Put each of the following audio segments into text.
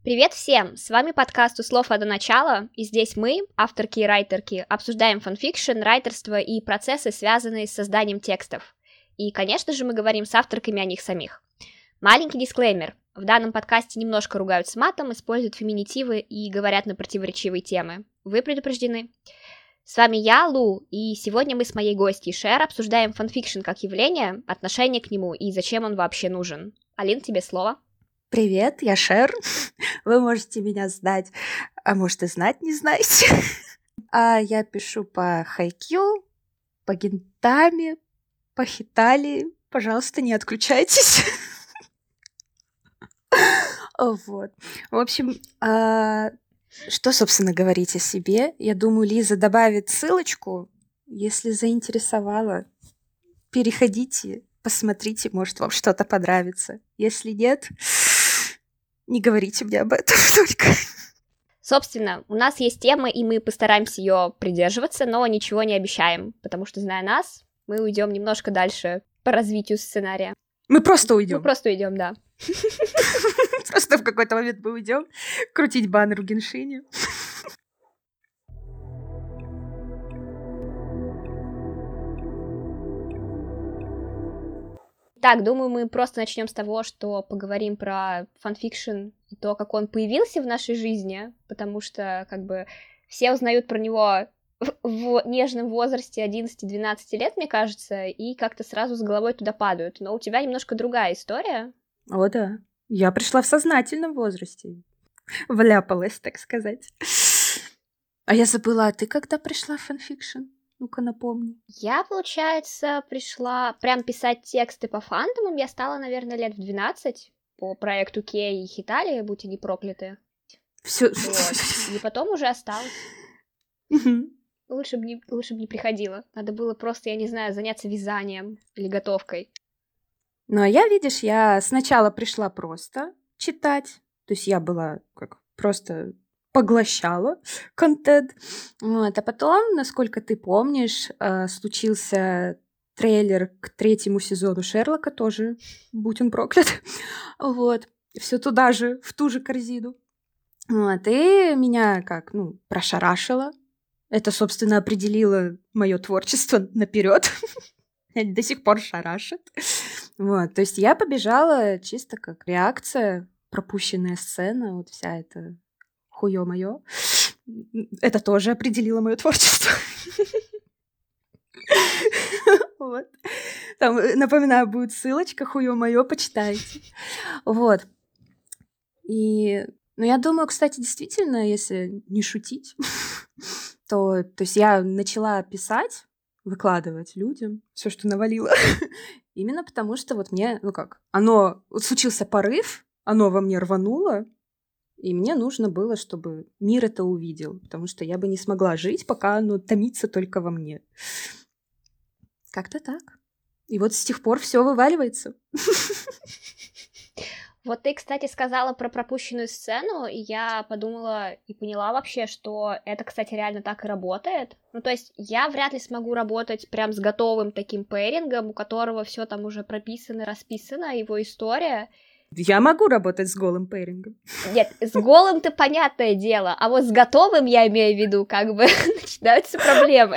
Привет всем! С вами подкаст «У слов до начала», и здесь мы, авторки и райтерки, обсуждаем фанфикшн, райтерство и процессы, связанные с созданием текстов. И, конечно же, мы говорим с авторками о них самих. Маленький дисклеймер. В данном подкасте немножко ругаются матом, используют феминитивы и говорят на противоречивые темы. Вы предупреждены. С вами я, Лу, и сегодня мы с моей гостьей Шер обсуждаем фанфикшн как явление, отношение к нему и зачем он вообще нужен. Алин, тебе слово. Привет, я Шер. Вы можете меня знать, а может и знать не знаете. Я пишу по хайкью, по гентами, по хитали. Пожалуйста, не отключайтесь. Вот. В общем, что, собственно, говорить о себе? Я думаю, Лиза добавит ссылочку. Если заинтересовало, переходите, посмотрите, может, вам что-то понравится. Если нет, не говорите мне об этом только. Собственно, у нас есть тема, и мы постараемся ее придерживаться, но ничего не обещаем, потому что, зная нас, мы уйдем немножко дальше по развитию сценария. Мы просто уйдем. Мы просто уйдем, да. Просто в какой-то момент мы уйдем крутить баннер в Геншине. Так, думаю, мы просто начнем с того, что поговорим про фанфикшн и то, как он появился в нашей жизни, потому что, все узнают про него в нежном возрасте 11-12 лет, мне кажется, и как-то сразу с головой туда падают. Но у тебя немножко другая история. О, да. Я пришла в сознательном возрасте. Вляпалась, так сказать. А я забыла, а ты когда пришла в фанфикшн? Ну-ка, напомни. Я, получается, пришла прям писать тексты по фандомам. Я стала, наверное, лет в 12 по проекту Кей и Хитали, будь они прокляты. Всё. Вот. И потом уже осталась. Лучше бы не приходила. Надо было просто, я не знаю, заняться вязанием или готовкой. Ну, а я, видишь, я сначала пришла просто читать. То есть я была просто поглощала контент. Вот. А потом, насколько ты помнишь, случился трейлер к 3-му сезону Шерлока тоже, будь он проклят. Вот. Все туда же, в ту же корзину. Вот. И меня прошарашило. Это, собственно, определило мое творчество наперед. До сих пор шарашит. Вот. То есть я побежала чисто как реакция, пропущенная сцена, вот вся эта хуё-моё. Это тоже определило мое творчество. Вот. Там, напоминаю, будет ссылочка, хуё-моё, почитайте. Вот. И, я думаю, кстати, действительно, если не шутить, то есть я начала писать, выкладывать людям все, что навалило. Именно потому, что вот мне, случился порыв, оно во мне рвануло, и мне нужно было, чтобы мир это увидел, потому что я бы не смогла жить, пока оно томится только во мне. Как-то так. И вот с тех пор все вываливается. Вот ты, кстати, сказала про пропущенную сцену, и я подумала и поняла вообще, что это, кстати, реально так и работает. Ну, то есть я вряд ли смогу работать прям с готовым таким пэрингом, у которого все там уже прописано, расписано, его история. Я могу работать с голым пэрингом. Нет, с голым-то понятное дело, а вот с готовым, я имею в виду, начинаются проблемы.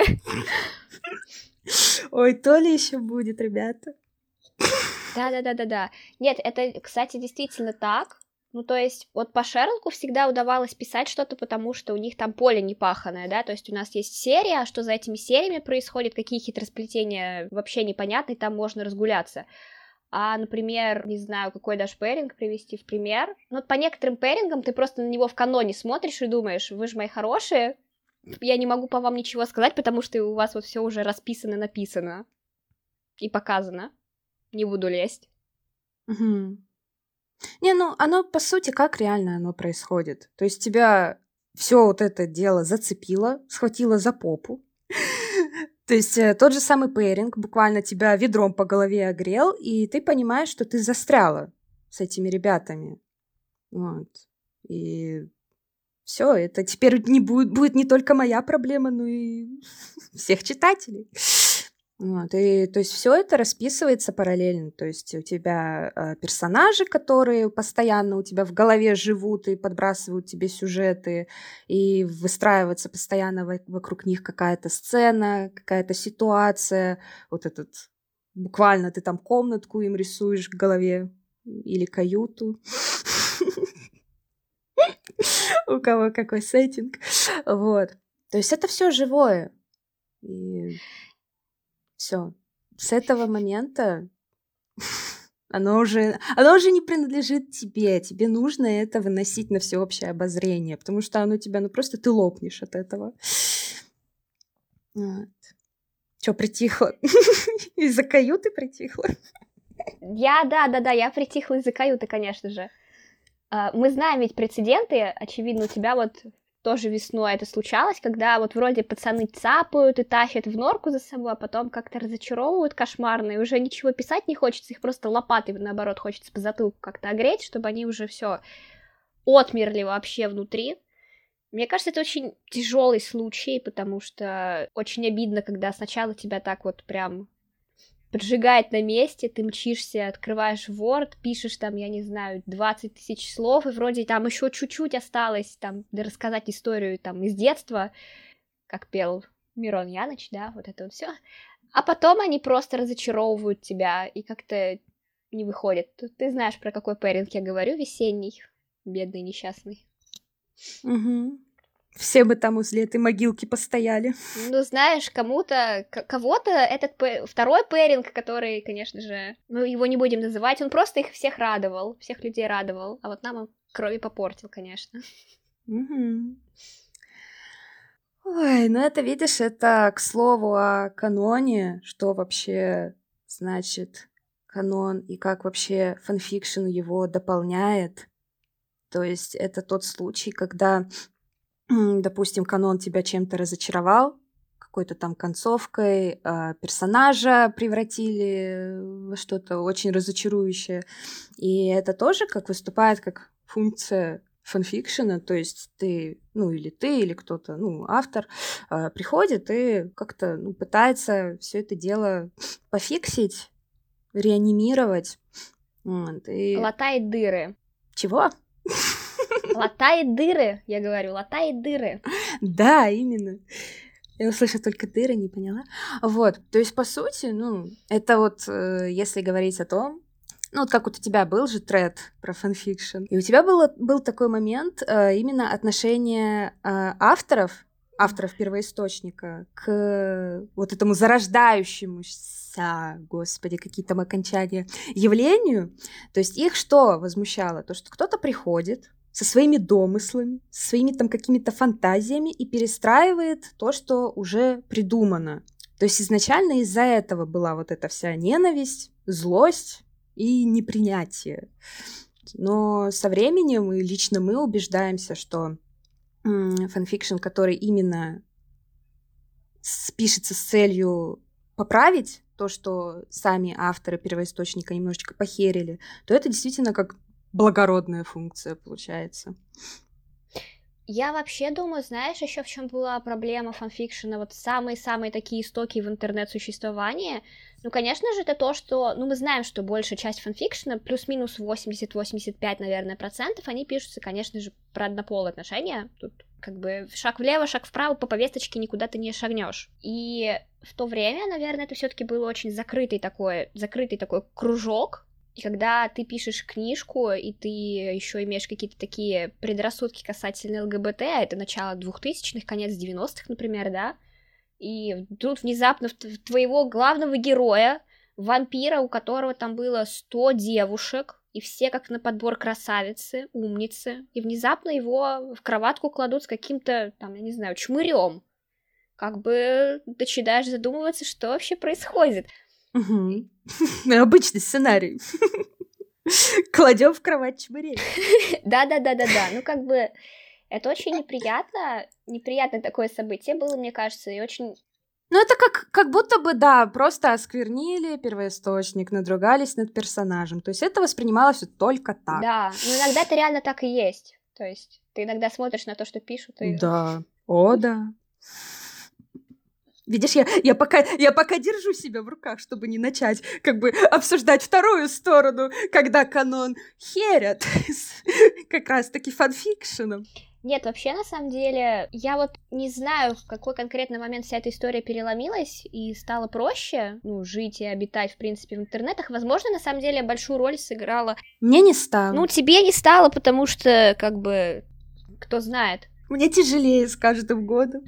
Ой, то ли еще будет, ребята. Да. Нет, это, кстати, действительно так. Ну, то есть, вот по Шерлоку всегда удавалось писать что-то, потому что у них там поле не паханое, да, то есть у нас есть серия, а что за этими сериями происходит, какие хитросплетения вообще непонятны, там можно разгуляться. А, например, не знаю, какой даже пэринг привести в пример. Ну, вот по некоторым пэрингам ты просто на него в каноне смотришь и думаешь, вы же мои хорошие, я не могу по вам ничего сказать, потому что у вас вот все уже расписано, написано и показано. Не буду лезть. Угу. Не, оно, по сути, как реально оно происходит. То есть тебя все вот это дело зацепило, схватило за попу. То есть тот же самый пэринг буквально тебя ведром по голове огрел, и ты понимаешь, что ты застряла с этими ребятами. Вот. И все, это теперь будет не только моя проблема, но и всех читателей. Вот, и, то есть все это расписывается параллельно. То есть у тебя персонажи, которые постоянно у тебя в голове живут и подбрасывают тебе сюжеты, и выстраивается постоянно вокруг них какая-то сцена, какая-то ситуация. Вот этот буквально ты там комнатку им рисуешь в голове или каюту. У кого какой сеттинг. Вот. То есть это все живое. И все. С этого момента оно уже не принадлежит тебе. Тебе нужно это выносить на всеобщее обозрение, потому что оно тебя, ну просто ты лопнешь от этого. Вот. Чё, притихла? Из-за каюты притихла? Я притихла из-за каюты, конечно же. Мы знаем ведь прецеденты, очевидно, у тебя вот тоже весной это случалось, когда вот вроде пацаны цапают и тащат в норку за собой, а потом как-то разочаровывают кошмарно, и уже ничего писать не хочется, их просто лопатой, наоборот, хочется по затылку как-то огреть, чтобы они уже все отмерли вообще внутри. Мне кажется, это очень тяжелый случай, потому что очень обидно, когда сначала тебя так вот прям поджигает на месте, ты мчишься, открываешь Word, пишешь там, я не знаю, 20 тысяч слов, и вроде там еще чуть-чуть осталось там рассказать историю там из детства, как пел Мирон Яныч, да, вот это вот все. А потом они просто разочаровывают тебя и как-то не выходят. Ты знаешь, про какой пэринг я говорю, весенний, бедный, несчастный. Угу. Все бы там возле этой могилки постояли. Ну, знаешь, кого-то этот второй пэринг, который, конечно же, мы его не будем называть, он просто их всех радовал, всех людей радовал, а вот нам он крови попортил, конечно. Угу. Ой, ну это, видишь, это к слову о каноне, что вообще значит канон и как вообще фанфикшн его дополняет. То есть это тот случай, когда, допустим, канон тебя чем-то разочаровал, какой-то там концовкой, персонажа превратили во что-то очень разочарующее. И это тоже как выступает как функция фанфикшена, то есть ты, или кто-то, автор, приходит и как-то пытается все это дело пофиксить, реанимировать. Вот, и... Латает дыры. Чего? Латает дыры, я говорю, латает дыры. Да, именно. Я услышала только дыры, не поняла. Вот, то есть, по сути, это вот, если говорить о том, вот как вот у тебя был же тред про фанфикшн, и у тебя был такой момент именно отношения авторов первоисточника к вот этому зарождающемуся, господи, какие там окончания, явлению. То есть их что возмущало? То, что кто-то приходит со своими домыслами, со своими там какими-то фантазиями и перестраивает то, что уже придумано. То есть изначально из-за этого была вот эта вся ненависть, злость и непринятие. Но со временем и лично мы убеждаемся, что фанфикшн, который именно пишется с целью поправить то, что сами авторы первоисточника немножечко похерили, то это действительно как благородная функция получается. Я вообще думаю, знаешь, еще в чем была проблема фанфикшена, вот самые-самые такие истоки в интернет-существования. Ну, конечно же, это то, что, мы знаем, что большая часть фанфикшена, плюс-минус 80-85, наверное, процентов, они пишутся, конечно же, про однополые отношения. Тут как бы шаг влево, шаг вправо, по повесточке никуда ты не шагнешь. И в то время, наверное, это все-таки был очень закрытый такой кружок. И когда ты пишешь книжку, и ты еще имеешь какие-то такие предрассудки касательно ЛГБТ, а это начало 2000-х, конец 90-х, например, да, и тут внезапно твоего главного героя, вампира, у которого там было 100 девушек, и все как на подбор красавицы, умницы, и внезапно его в кроватку кладут с каким-то, там, я не знаю, чмырем. Как бы начинаешь задумываться, что вообще происходит. Угу. Обычный сценарий. Кладем в кровать чмырей. Да. Ну, как бы, это очень неприятно. Неприятное такое событие было, мне кажется, и очень... Ну, это как будто бы, да, просто осквернили первоисточник, надругались над персонажем. То есть это воспринималось вот только так. Да, но иногда это реально так и есть. То есть ты иногда смотришь на то, что пишут, и... Да, о, да. Видишь, я пока держу себя в руках, чтобы не начать как бы обсуждать вторую сторону, когда канон херят как раз-таки фанфикшеном. Нет, вообще, на самом деле, я вот не знаю, в какой конкретный момент вся эта история переломилась и стало проще, жить и обитать, в принципе, в интернетах. Возможно, на самом деле, большую роль сыграла... Мне не стало. Тебе не стало, потому что, как бы, кто знает. Мне тяжелее с каждым годом.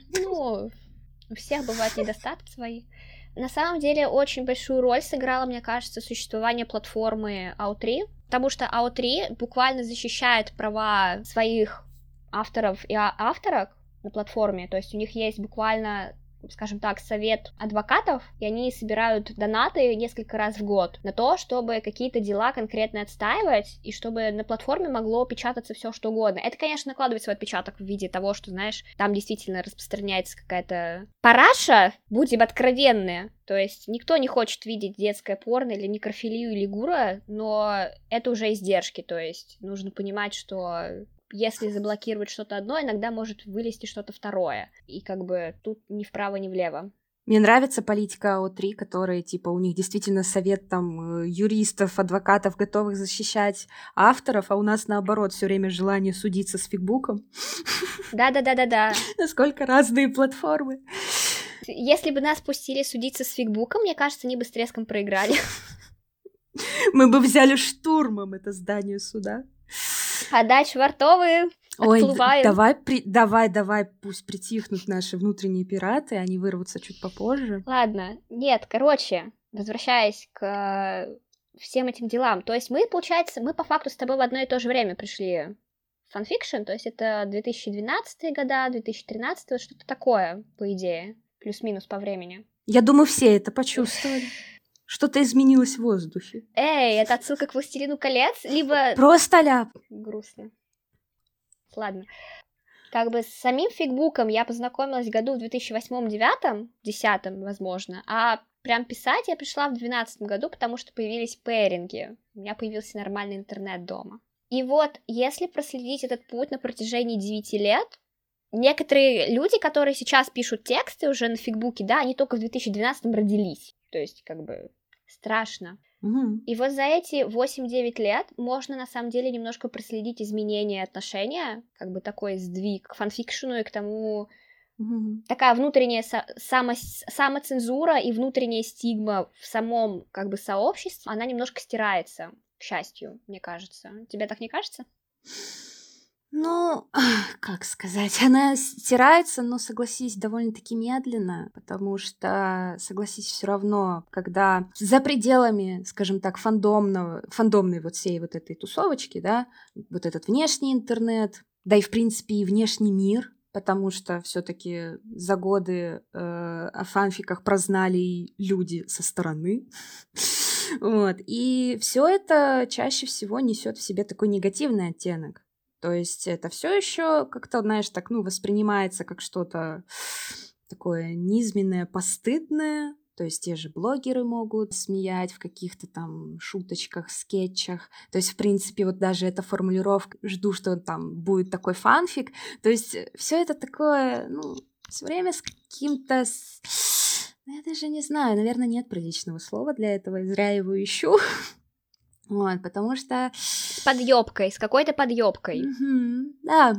У всех бывают недостатки свои. На самом деле, очень большую роль сыграло, мне кажется, существование платформы AO3, потому что AO3 буквально защищает права своих авторов и авторок на платформе, то есть у них есть буквально, скажем так, совет адвокатов, и они собирают донаты несколько раз в год на то, чтобы какие-то дела конкретно отстаивать, и чтобы на платформе могло печататься все что угодно. Это, конечно, накладывает свой отпечаток в виде того, что, знаешь, там действительно распространяется какая-то параша, будем откровенны, то есть никто не хочет видеть детское порно или некрофилию или гура, но это уже издержки, то есть нужно понимать, что если заблокировать что-то одно, иногда может вылезти что-то второе. И как бы тут ни вправо, ни влево. Мне нравится политика АО3, которые, типа, у них действительно совет там юристов, адвокатов, готовых защищать авторов, а у нас, наоборот, все время желание судиться с фигбуком. Да. Насколько разные платформы. Если бы нас пустили судиться с фигбуком, мне кажется, они бы с треском проиграли. Мы бы взяли штурмом это здание суда. Отдать швартовые, отплываем. Ой, давай, пусть притихнут наши внутренние пираты, они вырвутся чуть попозже. Ладно, нет, короче, возвращаясь к всем этим делам, то есть мы, получается, мы по факту с тобой в одно и то же время пришли в фанфикшн, то есть это 2012 года, 2013, что-то такое, по идее, плюс-минус по времени. Я думаю, все это почувствовали. Что-то изменилось в воздухе. Эй, это отсылка к «Властелину колец», либо... Просто ляп. Грустно. Ладно. Как бы с самим фигбуком я познакомилась в году в 2008-2009, 10 возможно, а прям писать я пришла в 2012 году, потому что появились пэринги. У меня появился нормальный интернет дома. И вот, если проследить этот путь на протяжении 9 лет, некоторые люди, которые сейчас пишут тексты уже на фигбуке, да, они только в 2012 родились. То есть, как бы, страшно. И вот за эти 8-9 лет можно, на самом деле, немножко проследить изменения отношения, как бы такой сдвиг к фанфикшену и к тому... Такая внутренняя самоцензура и внутренняя стигма в самом, как бы, сообществе, она немножко стирается, к счастью, мне кажется. Тебе так не кажется? Ну, как сказать, она стирается, но, согласись, довольно-таки медленно, потому что, согласись, все равно, когда за пределами, скажем так, фандомной вот всей вот этой тусовочки, да, вот этот внешний интернет, да и, в принципе, и внешний мир, потому что все-таки за годы о фанфиках прознали и люди со стороны. Вот. И все это чаще всего несет в себе такой негативный оттенок. То есть это все еще как-то, знаешь, так, воспринимается как что-то такое низменное, постыдное. То есть те же блогеры могут смеять в каких-то там шуточках, скетчах. То есть, в принципе, вот даже эта формулировка «жду, что там будет такой фанфик». То есть все это такое, все время с каким-то... Я даже не знаю, наверное, нет приличного слова для этого, и зря его ищу. Вот, потому что... С подъёбкой, с какой-то подъёбкой. Да.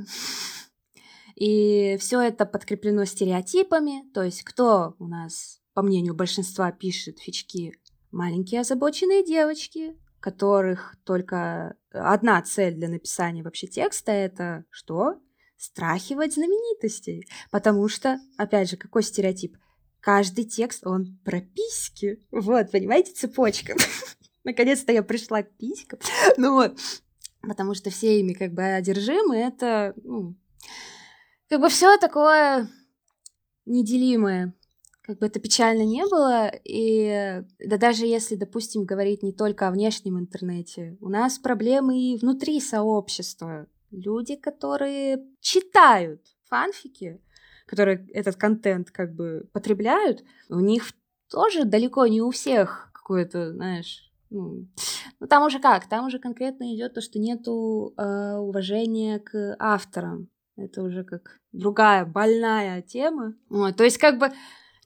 И все это подкреплено стереотипами. То есть кто у нас, по мнению большинства, пишет фички? Маленькие озабоченные девочки, которых только одна цель для написания вообще текста — это что? Страхивать знаменитостей. Потому что, опять же, какой стереотип? Каждый текст, он про письки. Вот, понимаете, цепочка. Наконец-то я пришла к писькам. Потому что все ими как бы одержимы. Это, как бы все такое неделимое. Как бы это печально не было. И да даже если, допустим, говорить не только о внешнем интернете, у нас проблемы и внутри сообщества. Люди, которые читают фанфики, которые этот контент как бы потребляют, у них тоже далеко не у всех какое-то, знаешь... там уже как? Там уже конкретно идет то, что нету уважения к авторам. Это уже как другая больная тема. Вот, то есть как бы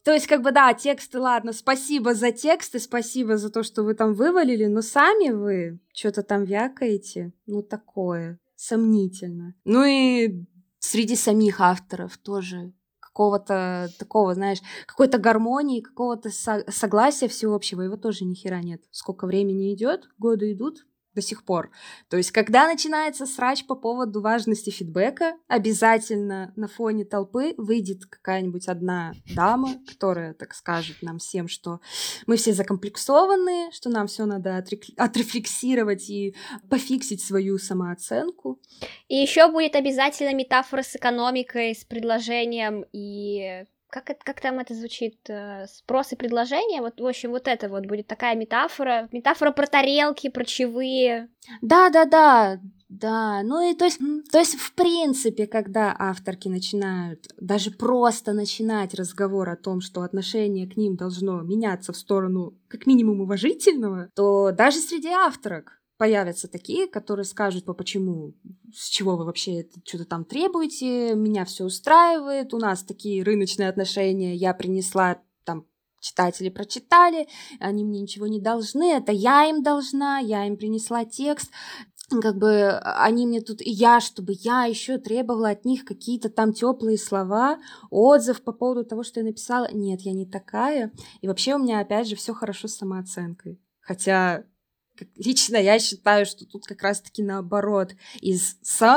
То есть, как бы, да, тексты, ладно, спасибо за тексты, спасибо за то, что вы там вывалили, но сами вы что-то там вякаете, ну, такое, сомнительно. Ну и среди самих авторов тоже какого-то такого, знаешь, какой-то гармонии, какого-то согласия всеобщего, его тоже ни хера нет. Сколько времени идет, годы идут, до сих пор. То есть, когда начинается срач по поводу важности фидбэка, обязательно на фоне толпы выйдет какая-нибудь одна дама, которая так скажет нам всем, что мы все закомплексованные, что нам все надо отрефлексировать и пофиксить свою самооценку. И еще будет обязательно метафора с экономикой, с предложением и... Как там это звучит? Спрос и предложение? Вот, в общем, вот это вот будет такая метафора. Метафора про тарелки, про чаевые. Да. Ну и то есть, в принципе, когда авторки начинают, даже просто начинать разговор о том, что отношение к ним должно меняться в сторону как минимум уважительного, то даже среди авторок появятся такие, которые скажут, почему, с чего вы вообще что-то там требуете, меня все устраивает, у нас такие рыночные отношения, я принесла, там, читатели прочитали, они мне ничего не должны, это я им должна, я им принесла текст, как бы они мне тут, и я, чтобы я еще требовала от них какие-то там теплые слова, отзыв по поводу того, что я написала. Нет, я не такая. И вообще у меня, опять же, все хорошо с самооценкой. Хотя лично я считаю, что тут как раз-таки наоборот. Из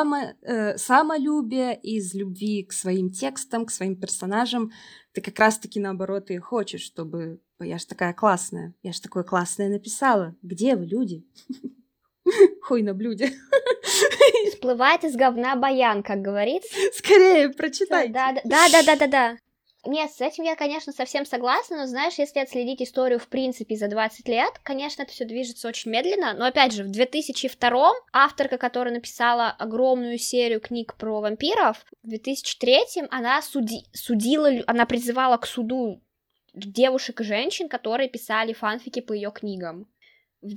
самолюбия, из любви к своим текстам, к своим персонажам, ты как раз-таки наоборот и хочешь, чтобы... Я ж такая классная, я ж такое классное написала. Где вы, люди? Хуй на блюде. Всплывает из говна баян, как говорится. Скорее, прочитайте. Да. Нет, с этим я, конечно, совсем согласна, но, знаешь, если отследить историю, в принципе, за 20 лет, конечно, это все движется очень медленно, но, опять же, в 2002 авторка, которая написала огромную серию книг про вампиров, в 2003 она судила, она призывала к суду девушек и женщин, которые писали фанфики по ее книгам. В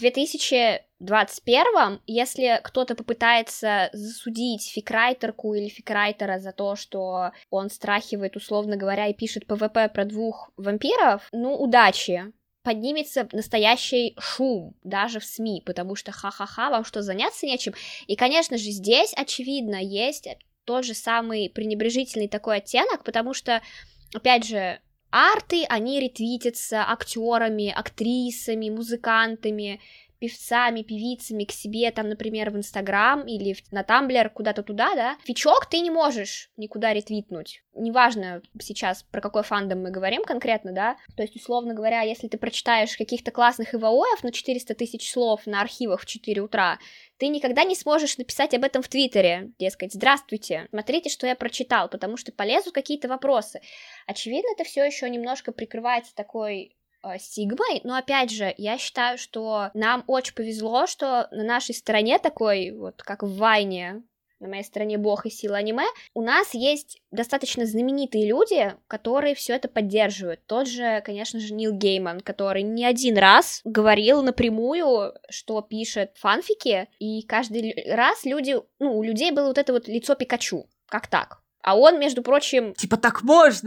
2021, если кто-то попытается засудить фикрайтерку или фикрайтера за то, что он страхивает, условно говоря, и пишет ПВП про 2 вампиров, ну, удачи. Поднимется настоящий шум даже в СМИ, потому что ха-ха-ха, вам что, заняться нечем? И, конечно же, здесь, очевидно, есть тот же самый пренебрежительный такой оттенок, потому что, опять же, арты, они ретвитятся актерами, актрисами, музыкантами, певцами, певицами к себе, там, например, в Инстаграм или на Тамблер, куда-то туда, да, фичок ты не можешь никуда ретвитнуть. Неважно сейчас, про какой фандом мы говорим конкретно, да, то есть, условно говоря, если ты прочитаешь каких-то классных ИВОев на 400 тысяч слов на архивах в 4 утра, ты никогда не сможешь написать об этом в Твиттере, дескать, здравствуйте, смотрите, что я прочитал, потому что полезут какие-то вопросы. Очевидно, это все еще немножко прикрывается такой стигмой, но опять же, я считаю, что нам очень повезло, что на нашей стороне такой, вот как в Вайне, на моей стороне бог и сила аниме, у нас есть достаточно знаменитые люди, которые все это поддерживают. Тот же, конечно же, Нил Гейман, который не один раз говорил напрямую, что пишет фанфики, и каждый раз у людей было вот это вот лицо Пикачу. Как так? А он, между прочим... Типа так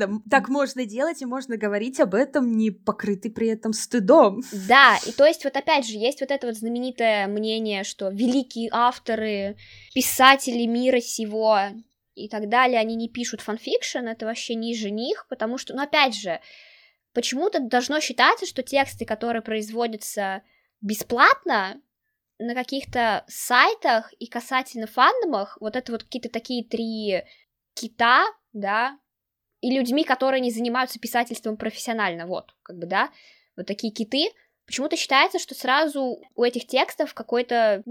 можно делать, и можно говорить об этом, не покрытый при этом стыдом. Да, и то есть вот опять же есть вот это вот знаменитое мнение, что великие авторы, писатели мира сего и так далее, они не пишут фанфикшн, это вообще ниже них, потому что, ну опять же, почему-то должно считаться, что тексты, которые производятся бесплатно, на каких-то сайтах и касательно фандомах, вот это вот какие-то такие 3... кита, да, и людьми, которые не занимаются писательством профессионально, вот, как бы, да, вот такие киты, почему-то считается, что сразу у этих текстов какой-то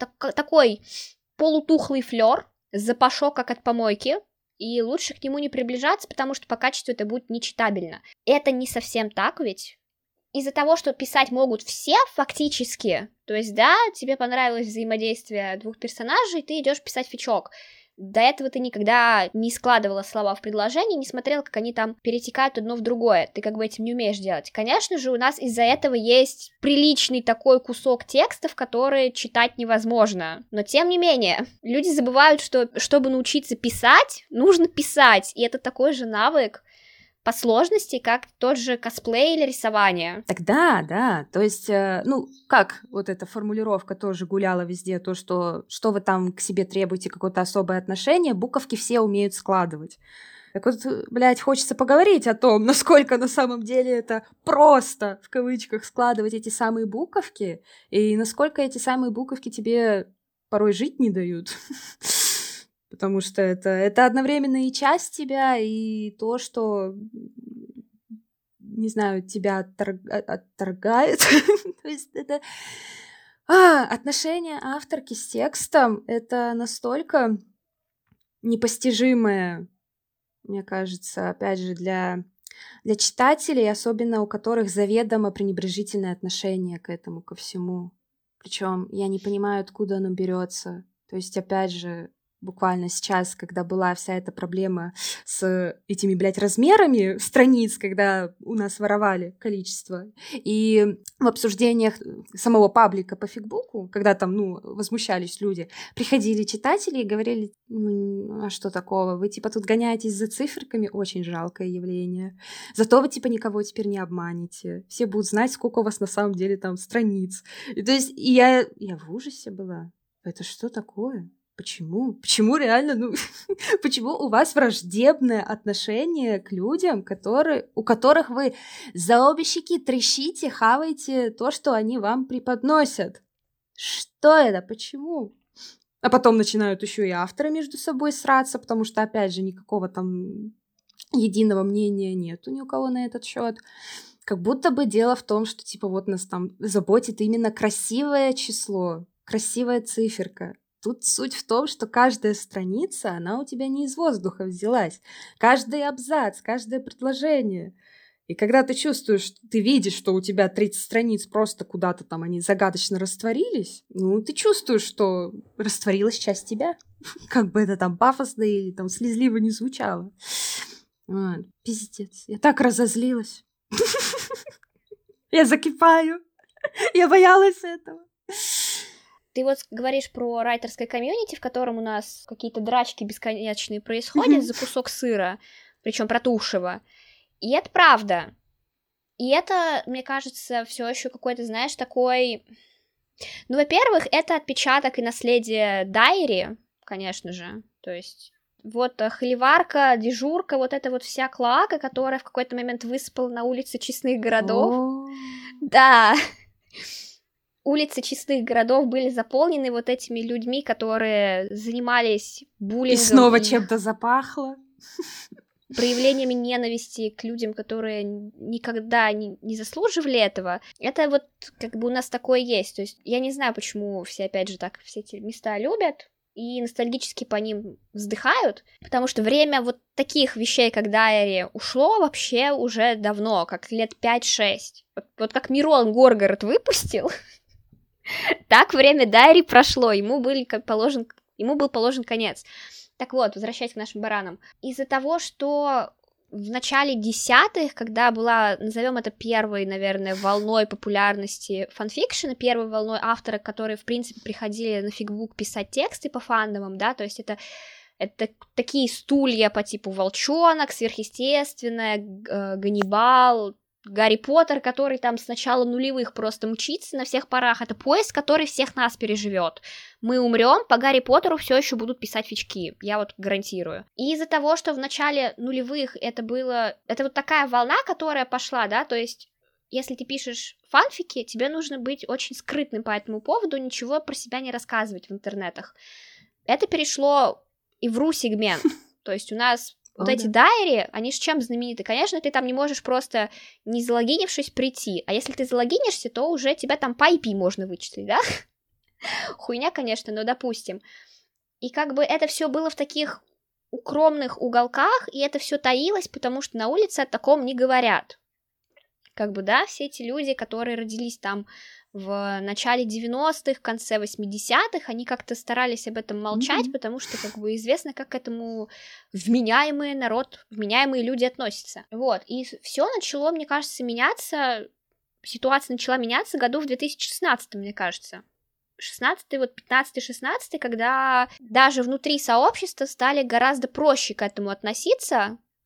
такой полутухлый флёр, запашок, как от помойки, и лучше к нему не приближаться, потому что по качеству это будет нечитабельно. Это не совсем так ведь. Из-за того, что писать могут все фактически, то есть, да, тебе понравилось взаимодействие 2 персонажей, ты идешь писать фичок. До этого ты никогда не складывала слова в предложение, не смотрела, как они там перетекают одно в другое. Ты как бы этим не умеешь делать. Конечно же, у нас из-за этого есть приличный такой кусок текстов, которые читать невозможно. Но тем не менее, люди забывают, что чтобы научиться писать, нужно писать. И это такой же навык. по сложности, как тот же косплей или рисование. Тогда, да, то есть, как вот эта формулировка тоже гуляла везде, то, что вы там к себе требуете какое-то особое отношение, буковки все умеют складывать. Так вот, блядь, хочется поговорить о том, насколько на самом деле это просто, в кавычках, складывать эти самые буковки, и насколько эти самые буковки тебе порой жить не дают. Потому что это одновременно и часть тебя, и то, что, не знаю, тебя отторгает. То есть это... отношение авторки с текстом — это настолько непостижимое, мне кажется, опять же, для читателей, особенно у которых заведомо пренебрежительное отношение к этому, ко всему. Причем я не понимаю, откуда оно берется. То есть, опять же, буквально сейчас, когда была вся эта проблема с этими, блядь, размерами страниц, когда у нас воровали количество, и в обсуждениях самого паблика по фигбуку, когда там, возмущались люди, приходили читатели и говорили, а что такого, вы, типа, тут гоняетесь за циферками, очень жалкое явление. Зато вы, типа, никого теперь не обманете. Все будут знать, сколько у вас на самом деле там страниц. И, то есть, я в ужасе была. Это что такое? Почему? Почему реально, почему у вас враждебное отношение к людям, у которых вы за обе щеки трещите, хаваете то, что они вам преподносят? Что это? Почему? А потом начинают еще и авторы между собой сраться, потому что, опять же, никакого там единого мнения нету ни у кого на этот счет. Как будто бы дело в том, что, типа, вот нас там заботит именно красивое число, красивая циферка. Тут суть в том, что каждая страница, она у тебя не из воздуха взялась. Каждый абзац, каждое предложение. И когда ты чувствуешь, ты видишь, что у тебя 30 страниц просто куда-то там они загадочно растворились, ты чувствуешь, что растворилась часть тебя. Как бы это там пафосно или там слезливо не звучало. Пиздец. Я так разозлилась. Я закипаю. Я боялась этого. Ты вот говоришь про райтерское комьюнити, в котором у нас какие-то драчки бесконечные происходят за кусок сыра, причем протухшего. И это правда. И это, мне кажется, все еще какой-то, знаешь, такой... во-первых, это отпечаток и наследие Дайри, конечно же. То есть вот холиварка, дежурка, вот эта вот вся клоака, которая в какой-то момент высыпала на улицы честных городов. Да. Улицы чистых городов были заполнены вот этими людьми, которые занимались буллингом. И снова чем-то запахло. Проявлениями ненависти к людям, которые никогда не заслуживали этого. Это вот как бы у нас такое есть. То есть я не знаю, почему все, опять же, так все эти места любят и ностальгически по ним вздыхают, потому что время вот таких вещей, как Дайри, ушло вообще уже давно, как лет 5-6. Вот как Мирон Горгород выпустил, так время Дайри прошло, ему был положен конец. Так вот, возвращаясь к нашим баранам. Из-за того, что в начале десятых, когда была, назовем это первой, наверное, волной популярности фанфикшена, первой волной авторов, которые, в принципе, приходили на фигбук писать тексты по фандомам, да, то есть это такие стулья по типу «Волчонок», «Сверхъестественное», «Ганнибал», Гарри Поттер, который там с начала нулевых просто мчится на всех парах, это поезд, который всех нас переживет. Мы умрем, по Гарри Поттеру все еще будут писать фички, я вот гарантирую. И из-за того, что в начале нулевых это вот такая волна, которая пошла, да, то есть если ты пишешь фанфики, тебе нужно быть очень скрытным по этому поводу, ничего про себя не рассказывать в интернетах. Это перешло и в ру-сегмент, то есть у нас вот эти дайри, они с чем знамениты? Конечно, ты там не можешь просто, не залогинившись, прийти. А если ты залогинишься, то уже тебя там по IP можно вычислить, да? Хуйня, конечно, но допустим. И как бы это все было в таких укромных уголках, и это все таилось, потому что на улице о таком не говорят. Как бы, да, все эти люди, которые родились там в начале 90-х, в конце 80-х, они как-то старались об этом молчать, потому что, как бы, известно, как к этому вменяемый народ, вменяемые люди относятся. Вот, и все начало, мне кажется, меняться, ситуация начала меняться году в 2016, мне кажется. 16-й, вот 15-16, когда даже внутри сообщества стали гораздо проще к этому относиться,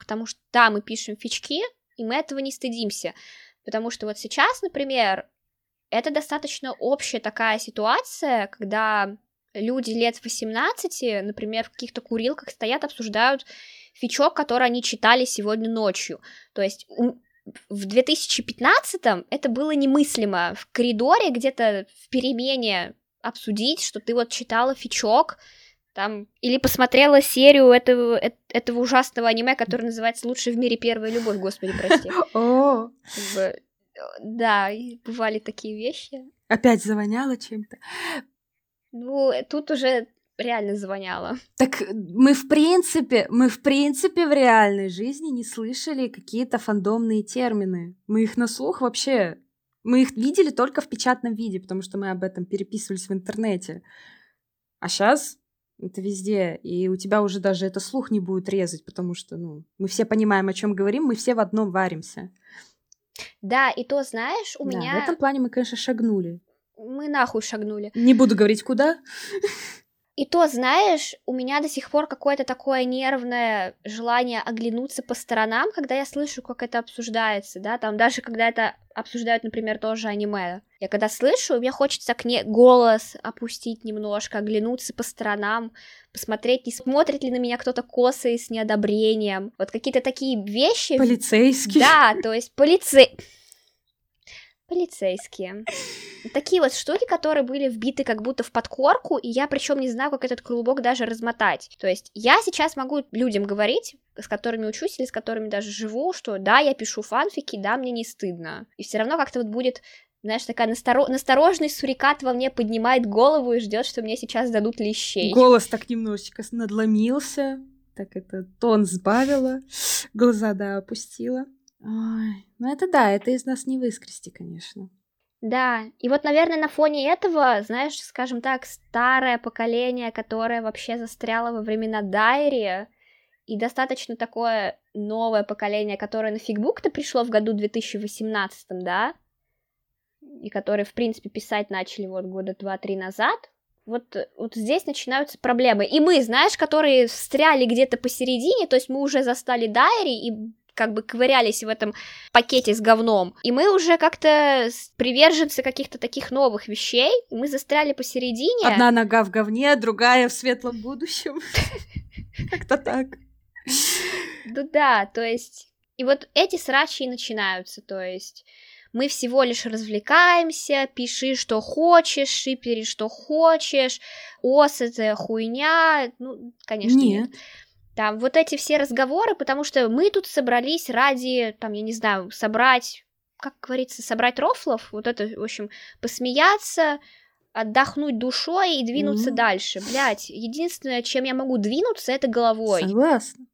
потому что да, мы пишем фички, и мы этого не стыдимся, потому что вот сейчас, например, это достаточно общая такая ситуация, когда люди лет 18, например, в каких-то курилках стоят, обсуждают фичок, который они читали сегодня ночью. То есть в 2015-м это было немыслимо в коридоре где-то в перемене обсудить, что ты вот читала фичок, там, или посмотрела серию этого ужасного аниме, которое называется «Лучшая в мире первая любовь», господи, прости. О, Да, и бывали такие вещи. опять завоняло чем-то. Ну, тут уже реально звоняло. Так мы в принципе в реальной жизни не слышали какие-то фандомные термины. Мы их на слух вообще... Мы их видели только в печатном виде, потому что мы об этом переписывались в интернете. А сейчас это везде, и у тебя уже даже это слух не будет резать, потому что, ну, мы все понимаем, о чем говорим, мы все в одном варимся. Да, и то, знаешь, у Да, меня... в этом плане мы, конечно, шагнули. Мы нахуй шагнули. Не буду говорить, куда. И то, знаешь, у меня до сих пор какое-то такое нервное желание оглянуться по сторонам, когда я слышу, как это обсуждается, да, там даже когда это обсуждают, например, тоже аниме. Я когда слышу, мне хочется голос опустить немножко, оглянуться по сторонам, посмотреть, не смотрит ли на меня кто-то косо и с неодобрением. Вот какие-то такие вещи. Полицейские. Да, то есть полицейские. Такие вот штуки, которые были вбиты как будто в подкорку, и я причем не знаю, как этот клубок даже размотать. То есть я сейчас могу людям говорить, с которыми учусь или с которыми даже живу, что да, я пишу фанфики, да, мне не стыдно. И все равно как-то вот будет, знаешь, такая настороженный сурикат во мне поднимает голову и ждет, что мне сейчас дадут лещей. Голос так немножечко надломился, так это тон сбавила, глаза, да, опустила. Ой, ну это да, это из нас не выскрести, конечно. Да, и вот, наверное, на фоне этого, знаешь, скажем так, старое поколение, которое вообще застряло во времена Дайри, и достаточно такое новое поколение, которое на фигбук-то пришло в году 2018, да, и которые, в принципе, писать начали вот года 2-3 назад, вот здесь начинаются проблемы. И мы, знаешь, которые встряли где-то посередине, то есть мы уже застали Дайри и как бы ковырялись в этом пакете с говном, и мы уже как-то приверженцы каких-то таких новых вещей, и мы застряли посередине. Одна нога в говне, другая в светлом будущем. Как-то так. Ну да, то есть... И вот эти срачи и начинаются, то есть... Мы всего лишь развлекаемся, пиши, что хочешь, шипери, что хочешь, ос, это хуйня, ну, конечно, нет. Там вот эти все разговоры, потому что мы тут собрались ради, там, я не знаю, собрать, как говорится, собрать рофлов, вот это, в общем, посмеяться, отдохнуть душой и двинуться дальше. Блять, единственное, чем я могу двинуться, это головой. Согласна.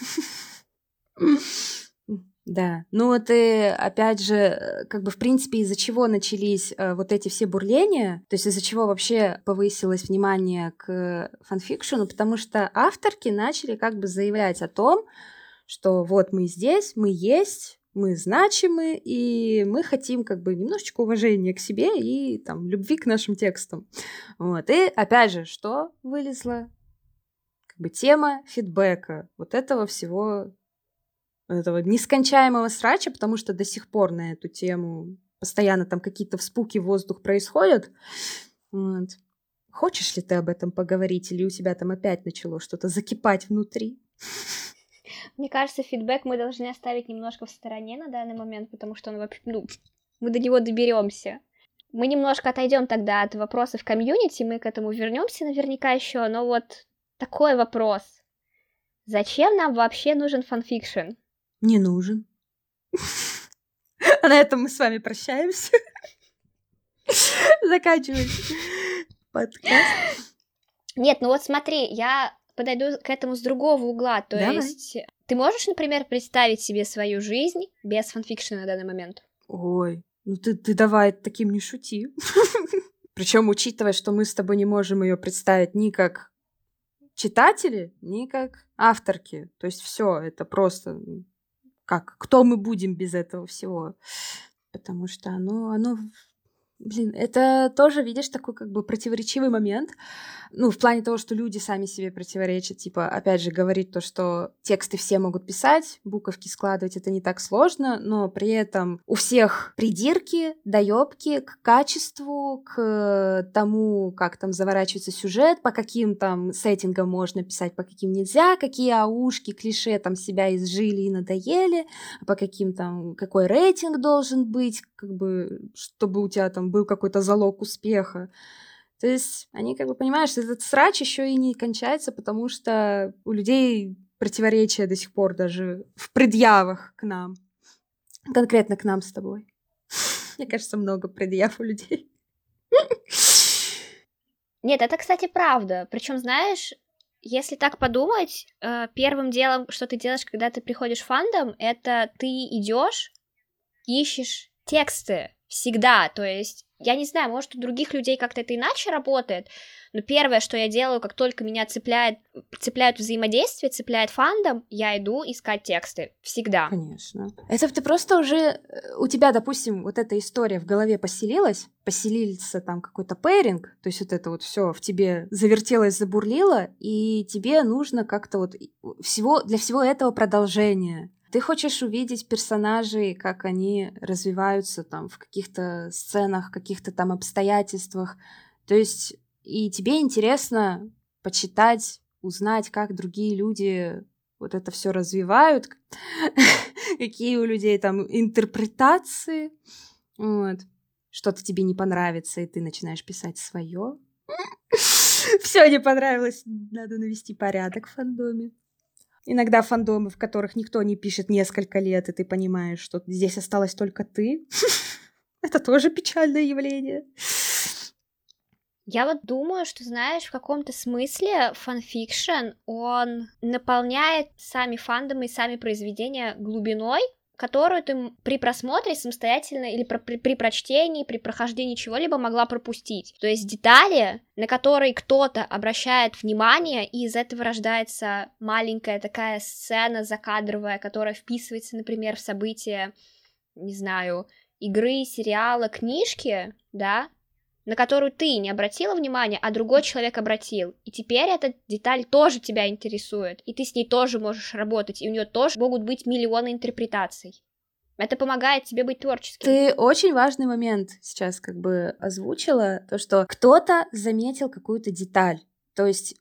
Да, ну это, опять же, как бы, в принципе, из-за чего начались вот эти все бурления, то есть из-за чего вообще повысилось внимание к фанфикшену, потому что авторки начали как бы заявлять о том, что вот мы здесь, мы есть, мы значимы, и мы хотим как бы немножечко уважения к себе и там любви к нашим текстам. Вот, и опять же, что вылезло? Как бы тема фидбэка, вот этого всего... этого нескончаемого срача, потому что до сих пор на эту тему постоянно там какие-то вспуки в воздух происходят. Вот. Хочешь ли ты об этом поговорить, или у тебя там опять начало что-то закипать внутри? Мне кажется, фидбэк мы должны оставить немножко в стороне на данный момент, потому что он вообще, ну, мы до него доберемся. Мы немножко отойдем тогда от вопросов комьюнити, мы к этому вернемся наверняка еще, но вот такой вопрос. Зачем нам вообще нужен фанфикшн? Не нужен. А на этом мы с вами прощаемся. Заканчиваем подкаст. Нет, ну вот смотри, я подойду к этому с другого угла. То есть, ты можешь, например, представить себе свою жизнь без фанфикшена на данный момент? Ой, ну ты давай таким не шути. Причем учитывая, что мы с тобой не можем ее представить ни как читатели, ни как авторки. То есть все, это просто... Как? Кто мы будем без этого всего? Потому что оно Блин, это тоже, видишь, такой как бы противоречивый момент. Ну, в плане того, что люди сами себе противоречат. Типа, опять же, говорит то, что тексты все могут писать, буковки складывать, это не так сложно, но при этом у всех придирки, доебки к качеству, к тому, как там заворачивается сюжет, по каким там сеттингам можно писать, по каким нельзя, какие аушки, клише там себя изжили и надоели, по каким там, какой рейтинг должен быть, как бы, чтобы у тебя там был какой-то залог успеха. То есть они как бы понимают, что этот срач еще и не кончается, потому что у людей противоречия до сих пор даже в предъявах к нам. Конкретно к нам с тобой. Мне кажется, много предъяв у людей. Нет, это, кстати, правда. Причем, знаешь, если так подумать, первым делом, что ты делаешь, когда ты приходишь в фандом, это ты идешь, ищешь тексты всегда. То есть, я не знаю, может, у других людей как-то это иначе работает, но первое, что я делаю, как только меня цепляют взаимодействие, цепляет фандом, я иду искать тексты. Всегда. Конечно. Это ты просто уже... У тебя, допустим, вот эта история в голове поселился там какой-то пэринг, то есть вот это вот все в тебе завертелось, забурлило, и тебе нужно как-то вот для всего этого продолжение. Ты хочешь увидеть персонажей, как они развиваются там в каких-то сценах, каких-то там обстоятельствах. То есть и тебе интересно почитать, узнать, как другие люди вот это все развивают, какие у людей там интерпретации. Вот. Что-то тебе не понравится, и ты начинаешь писать свое. Все не понравилось, надо навести порядок в фандоме. Иногда фандомы, в которых никто не пишет несколько лет, и ты понимаешь, что здесь осталась только ты. Это тоже печальное явление. Я вот думаю, что, знаешь, в каком-то смысле фанфикшн, он наполняет сами фандомы и сами произведения глубиной, которую ты при просмотре самостоятельно или при прочтении, при прохождении чего-либо могла пропустить. То есть детали, на которые кто-то обращает внимание, и из этого рождается маленькая такая сцена закадровая, которая вписывается, например, в события, не знаю, игры, сериала, книжки, да, на которую ты не обратила внимания, а другой человек обратил. И теперь эта деталь тоже тебя интересует, и ты с ней тоже можешь работать, и у нее тоже могут быть миллионы интерпретаций. Это помогает тебе быть творческим. Ты очень важный момент сейчас как бы озвучила, то, что кто-то заметил какую-то деталь, то есть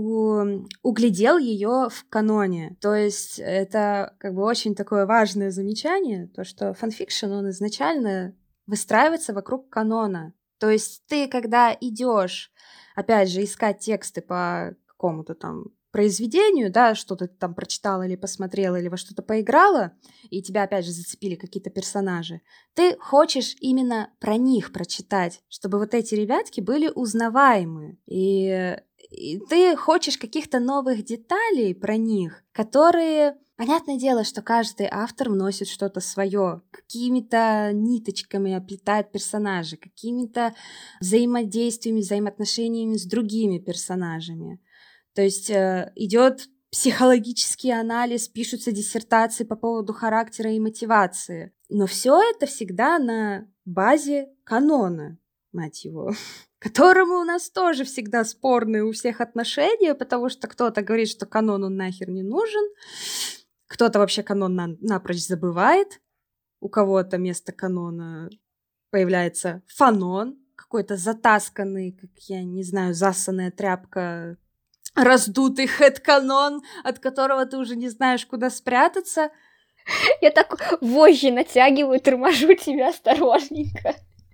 углядел ее в каноне. То есть это как бы очень такое важное замечание, то, что фанфикшн, он изначально выстраивается вокруг канона. То есть ты, когда идешь, опять же, искать тексты по какому-то там произведению, да, что-то ты там прочитала или посмотрела, или во что-то поиграла, и тебя, опять же, зацепили какие-то персонажи, ты хочешь именно про них прочитать, чтобы вот эти ребятки были узнаваемы. И ты хочешь каких-то новых деталей про них, которые... Понятное дело, что каждый автор вносит что-то свое, какими-то ниточками оплетает персонажей, какими-то взаимодействиями, взаимоотношениями с другими персонажами. То есть идет психологический анализ, пишутся диссертации по поводу характера и мотивации. Но все это всегда на базе канона, мать его, которому у нас тоже всегда спорные у всех отношения, потому что кто-то говорит, что канон он нахер не нужен, кто-то вообще канон напрочь забывает, у кого-то вместо канона появляется фанон, какой-то затасканный, как я не знаю, засанная тряпка, раздутый хэдканон, от которого ты уже не знаешь, куда спрятаться. Я так вожжи натягиваю, торможу тебя осторожненько.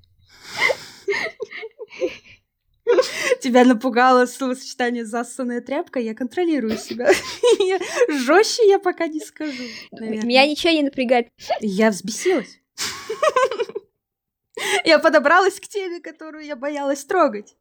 Тебя напугало словосочетание «зассанная тряпка», я контролирую себя. Жестче я пока не скажу. Меня ничего не напрягает. Я взбесилась. Я подобралась к теме, которую я боялась трогать.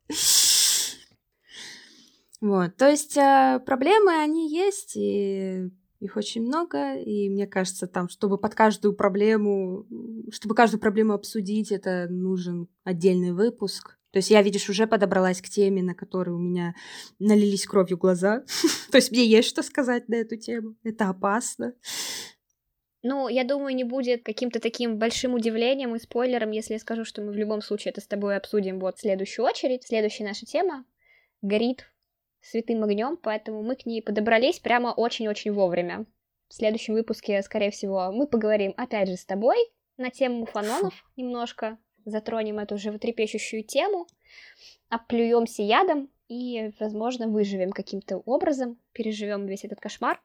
Вот, то есть проблемы, они есть, и их очень много, и мне кажется, там, чтобы каждую проблему обсудить, это нужен отдельный выпуск. То есть я, видишь, уже подобралась к теме, на которой у меня налились кровью глаза. То есть мне есть что сказать на эту тему. Это опасно. Ну, я думаю, не будет каким-то таким большим удивлением и спойлером, если я скажу, что мы в любом случае это с тобой обсудим вот в следующую очередь. Следующая наша тема горит святым огнем, поэтому мы к ней подобрались прямо очень-очень вовремя. В следующем выпуске, скорее всего, мы поговорим опять же с тобой на тему муфанонов немножко, затронем эту животрепещущую тему, оплюемся ядом и, возможно, выживем каким-то образом, переживем весь этот кошмар.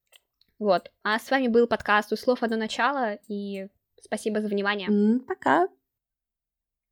Вот. А с вами был подкаст «У слов одно начало», и спасибо за внимание. Пока!